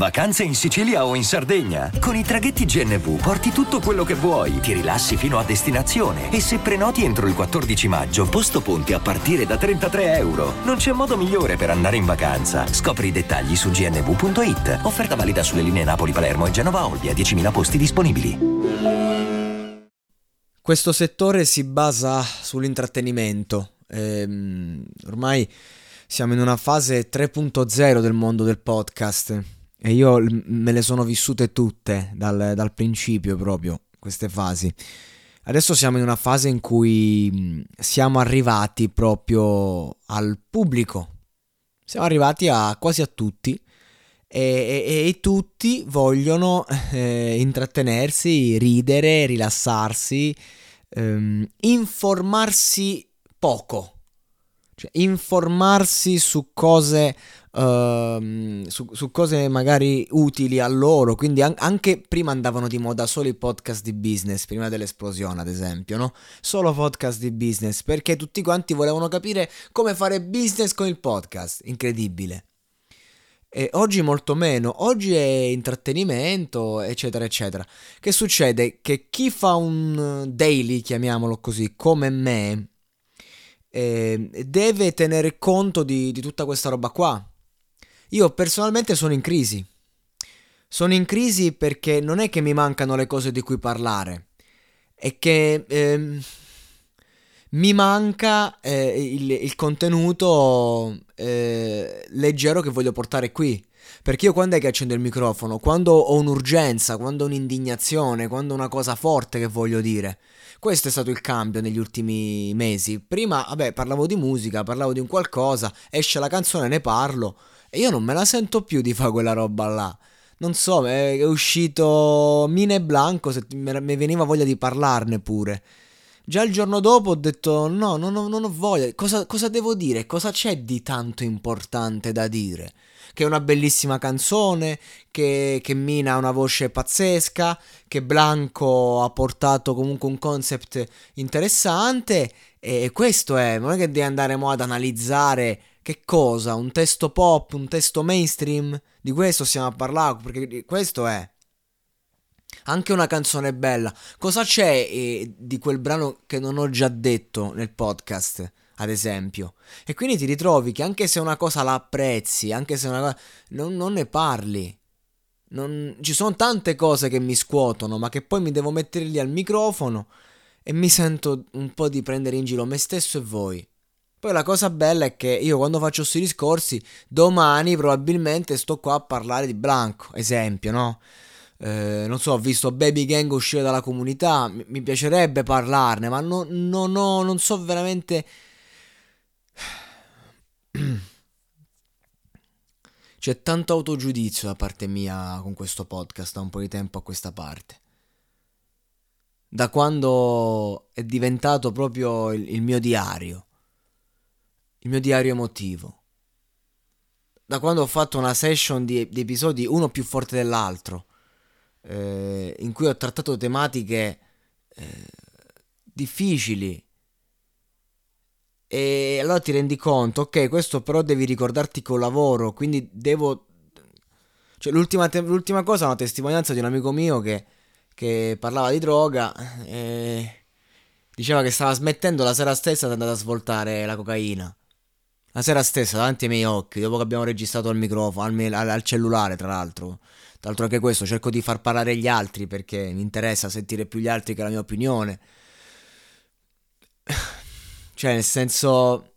Vacanze in Sicilia o in Sardegna? Con i traghetti GNV porti tutto quello che vuoi, ti rilassi fino a destinazione e se prenoti entro il 14 maggio, posto ponti a partire da €33. Non c'è modo migliore per andare in vacanza. Scopri i dettagli su gnv.it. Offerta valida sulle linee Napoli-Palermo e Genova-Olbia, 10.000 posti disponibili. Questo settore si basa sull'intrattenimento. Ormai siamo in una fase 3.0 del mondo del podcast e io me le sono vissute tutte dal principio, proprio queste fasi. Adesso siamo in una fase in cui siamo arrivati proprio al pubblico, siamo arrivati quasi a tutti e tutti vogliono intrattenersi, ridere, rilassarsi, informarsi poco, cioè informarsi su cose su cose magari utili a loro. Quindi anche prima andavano di moda solo i podcast di business, prima dell'esplosione ad esempio, no? Solo podcast di business, perché tutti quanti volevano capire come fare business con il podcast. Incredibile. E oggi molto meno, oggi è intrattenimento, eccetera eccetera. Che succede? Che chi fa un daily, chiamiamolo così, come me, deve tenere conto di tutta questa roba qua. Io personalmente sono in crisi. Sono in crisi perché non è che mi mancano le cose di cui parlare, è che mi manca il contenuto leggero che voglio portare qui. Perché io quando è che accendo il microfono? Quando ho un'urgenza, quando ho un'indignazione, quando ho una cosa forte che voglio dire. Questo è stato il cambio negli ultimi mesi. Prima, vabbè, parlavo di musica, parlavo di un qualcosa, esce la canzone, ne parlo e io non me la sento più di fare quella roba là. Non so, è uscito Mine Blanco, mi veniva voglia di parlarne pure. Già il giorno dopo ho detto no, non ho voglia. Cosa devo dire? Cosa c'è di tanto importante da dire? Che è una bellissima canzone, che Mina ha una voce pazzesca, che Blanco ha portato comunque un concept interessante, e questo è, non è che devi andare mo ad analizzare che cosa, un testo pop, un testo mainstream, di questo stiamo a parlare, perché questo è. Anche una canzone bella. Cosa c'è di quel brano che non ho già detto nel podcast, ad esempio? E quindi ti ritrovi che anche se una cosa la apprezzi, anche se una cosa non ne parli. Ci sono tante cose che mi scuotono, ma che poi mi devo mettere lì al microfono e mi sento un po' di prendere in giro me stesso e voi. Poi la cosa bella è che io quando faccio questi discorsi, domani probabilmente sto qua a parlare di Blanco, esempio, no? Non so, ho visto Baby Gang uscire dalla comunità, mi piacerebbe parlarne, ma non so veramente. C'è tanto autogiudizio da parte mia con questo podcast da un po' di tempo a questa parte. Da quando è diventato proprio il mio diario emotivo. Da quando ho fatto una session di episodi, uno più forte dell'altro, in cui ho trattato tematiche difficili, e allora ti rendi conto, ok, questo però devi ricordarti che ho lavoro, quindi cioè l'ultima cosa è una testimonianza di un amico mio che parlava di droga e diceva che stava smettendo la sera stessa di andare a svoltare la cocaina. La sera stessa, davanti ai miei occhi, dopo che abbiamo registrato al microfono, al cellulare, tra l'altro. Tra l'altro anche questo, cerco di far parlare gli altri perché mi interessa sentire più gli altri che la mia opinione. Cioè, nel senso,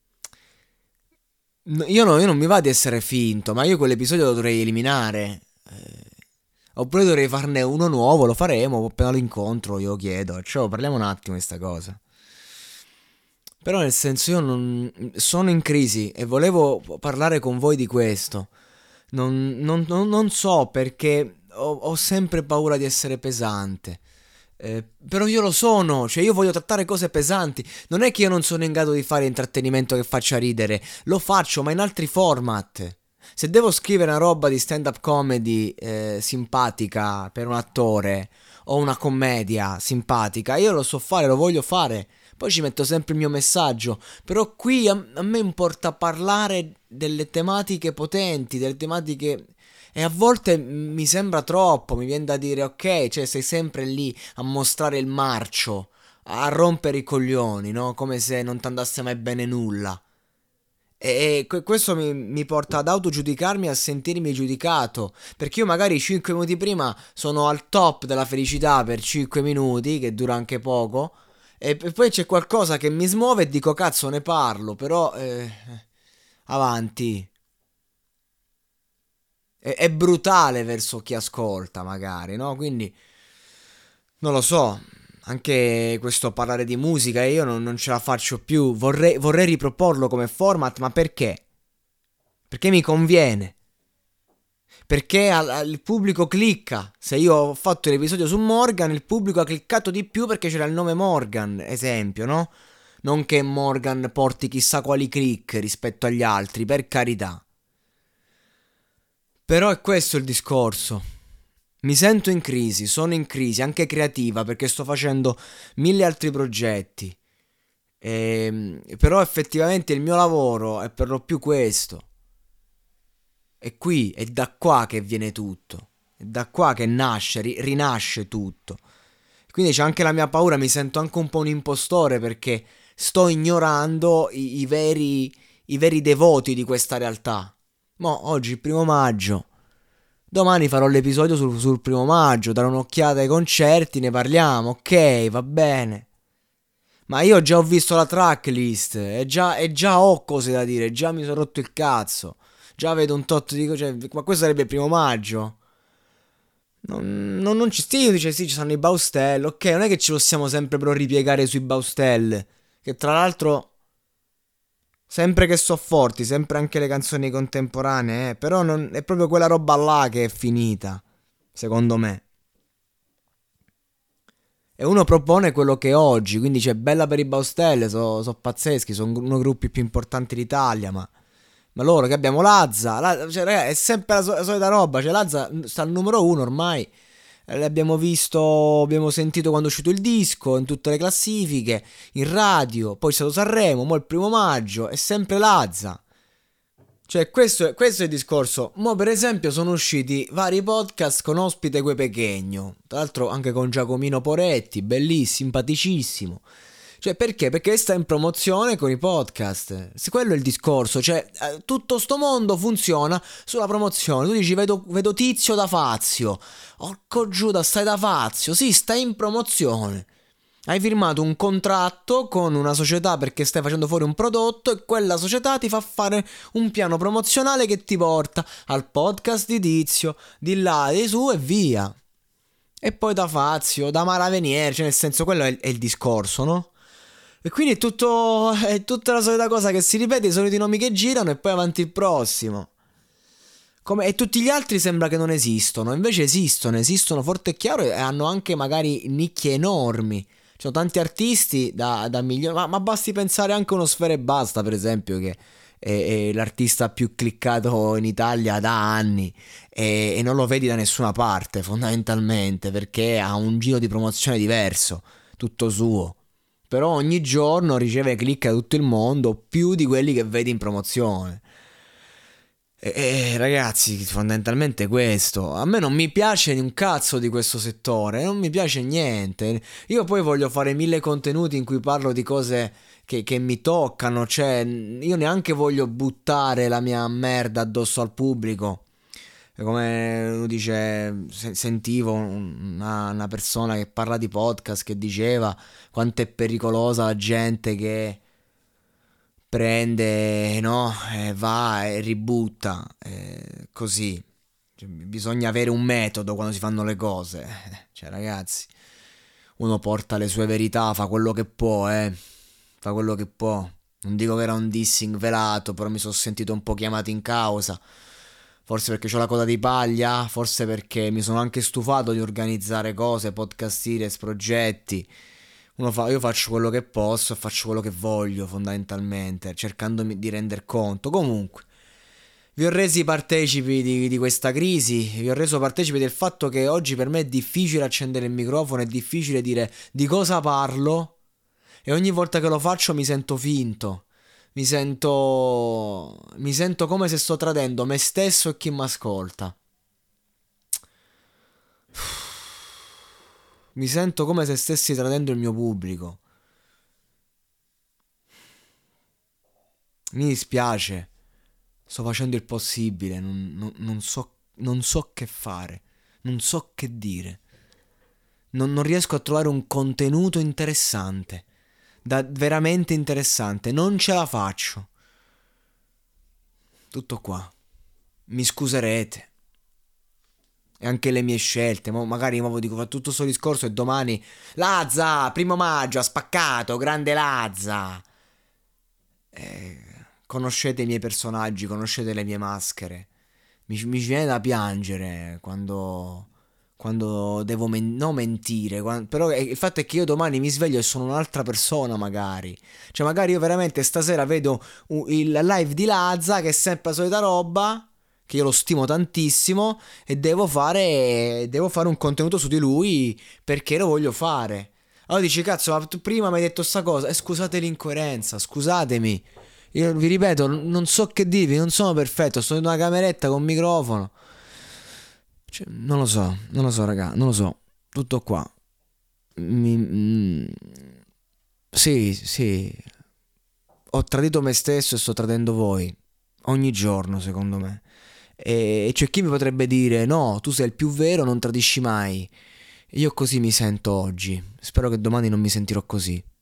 io non mi va di essere finto, ma io quell'episodio lo dovrei eliminare. Oppure dovrei farne uno nuovo, lo faremo, appena lo incontro io chiedo. Cioè, parliamo un attimo di sta cosa. Però nel senso io non sono in crisi e volevo parlare con voi di questo. Non so perché ho sempre paura di essere pesante. Però io lo sono, cioè io voglio trattare cose pesanti. Non è che io non sono in grado di fare intrattenimento che faccia ridere, lo faccio ma in altri format. Se devo scrivere una roba di stand-up comedy simpatica per un attore o una commedia simpatica, io lo so fare, lo voglio fare. Poi ci metto sempre il mio messaggio. Però qui a me importa parlare delle tematiche potenti, delle tematiche E a volte mi sembra troppo, mi viene da dire ok, cioè sei sempre lì a mostrare il marcio, a rompere i coglioni, no? Come se non ti andasse mai bene nulla. E questo mi porta ad autogiudicarmi e a sentirmi giudicato. Perché io magari 5 minuti prima sono al top della felicità per 5 minuti, che dura anche poco, e poi c'è qualcosa che mi smuove e dico cazzo ne parlo, però avanti. È brutale verso chi ascolta, magari, no? Quindi non lo so. Anche questo parlare di musica io non ce la faccio più. Vorrei riproporlo come format, ma perché? Perché mi conviene. Perché il pubblico clicca. Se io ho fatto l'episodio su Morgan, il pubblico ha cliccato di più perché c'era il nome Morgan, esempio, no? Non che Morgan porti chissà quali click rispetto agli altri, per carità. Però è questo il discorso. Mi sento in crisi, sono in crisi, anche creativa, perché sto facendo mille altri progetti. Però effettivamente il mio lavoro è per lo più questo. È qui, è da qua che viene tutto. È da qua che nasce, rinasce tutto. Quindi c'è anche la mia paura, mi sento anche un po' un impostore perché sto ignorando i veri devoti di questa realtà. Oggi il 1° maggio. Domani farò l'episodio sul 1° maggio, darò un'occhiata ai concerti, ne parliamo, ok, va bene. Ma io già ho visto la tracklist e già ho cose da dire, già mi sono rotto il cazzo. Già vedo un tot di cose, ma questo sarebbe il 1° maggio. Non ci sti, dice sì, ci sono i Baustelle, ok, non è che ci possiamo sempre però ripiegare sui Baustelle, che tra l'altro sempre che so forti, sempre anche le canzoni contemporanee, però non, è proprio quella roba là che è finita, secondo me. E uno propone quello che è oggi, quindi c'è Bella per i Baustelle, sono pazzeschi, sono uno dei gruppi più importanti d'Italia, ma loro che abbiamo cioè raga, è sempre la solita roba, cioè Lazza sta al numero 1 ormai. L'abbiamo visto, abbiamo sentito quando è uscito il disco, in tutte le classifiche, in radio, poi è stato Sanremo, mo' il 1° maggio, è sempre Lazza. Cioè, questo è il discorso. Mo' per esempio sono usciti vari podcast con ospite Gue Pechegno, tra l'altro anche con Giacomino Poretti, bellissimo, simpaticissimo. Cioè, perché? Perché sta in promozione con i podcast. Se quello è il discorso, cioè, tutto sto mondo funziona sulla promozione. Tu dici, vedo Tizio da Fazio. Orco Giuda, stai da Fazio. Sì, stai in promozione. Hai firmato un contratto con una società perché stai facendo fuori un prodotto e quella società ti fa fare un piano promozionale che ti porta al podcast di Tizio, di là, di su e via. E poi da Fazio, da Maraveniere, cioè nel senso quello è il discorso, no? E quindi è tutta la solita cosa che si ripete, i soliti nomi che girano e poi avanti il prossimo. E tutti gli altri sembra che non esistono, invece esistono forte e chiaro e hanno anche magari nicchie enormi. Ci sono tanti artisti da milioni, ma basti pensare anche a uno Sfera Ebbasta, per esempio, che è l'artista più cliccato in Italia da anni e non lo vedi da nessuna parte, fondamentalmente, perché ha un giro di promozione diverso, tutto suo. Però ogni giorno riceve click da tutto il mondo, più di quelli che vedi in promozione. Ragazzi, fondamentalmente questo. A me non mi piace un cazzo di questo settore, non mi piace niente. Io poi voglio fare 1000 contenuti in cui parlo di cose che mi toccano, cioè io neanche voglio buttare la mia merda addosso al pubblico. Come uno dice, sentivo una persona che parla di podcast che diceva quanto è pericolosa la gente che prende, no? E va e ributta, così. Cioè, bisogna avere un metodo quando si fanno le cose. Cioè, ragazzi, uno porta le sue verità, fa quello che può, fa quello che può. Non dico che era un dissing velato, però mi sono sentito un po' chiamato in causa. Forse perché ho la coda di paglia, forse perché mi sono anche stufato di organizzare cose, podcast series, progetti. Io faccio quello che posso e faccio quello che voglio, fondamentalmente, cercando di render conto. Comunque, vi ho resi partecipi di questa crisi, vi ho reso partecipi del fatto che oggi per me è difficile accendere il microfono, è difficile dire di cosa parlo e ogni volta che lo faccio mi sento finto. Mi sento come se sto tradendo me stesso e chi mi ascolta. Mi sento come se stessi tradendo il mio pubblico. Mi dispiace. Sto facendo il possibile. Non so che fare. Non so che dire. Non riesco a trovare un contenuto interessante. Veramente interessante. Non ce la faccio. Tutto qua. Mi scuserete. E anche le mie scelte. Magari dico, fa tutto questo discorso e domani Lazza, 1° maggio, ha spaccato, grande Lazza. Conoscete i miei personaggi, conoscete le mie maschere. Mi viene da piangere quando devo non mentire. Però il fatto è che io domani mi sveglio e sono un'altra persona, magari. Cioè, magari io veramente stasera vedo il live di Lazza, che è sempre la solita roba, che io lo stimo tantissimo, e devo fare un contenuto su di lui perché lo voglio fare. Allora dici, cazzo, ma tu prima mi hai detto sta cosa. Scusate l'incoerenza, scusatemi. Io vi ripeto, non so che dirvi, non sono perfetto, sto in una cameretta con un microfono. Cioè, non lo so, raga, non lo so. Tutto qua. Mi- mm, sì, sì. Ho tradito me stesso e sto tradendo voi. Ogni giorno, secondo me. E c'è chi mi potrebbe dire: no, tu sei il più vero, non tradisci mai. Io così mi sento oggi. Spero che domani non mi sentirò così.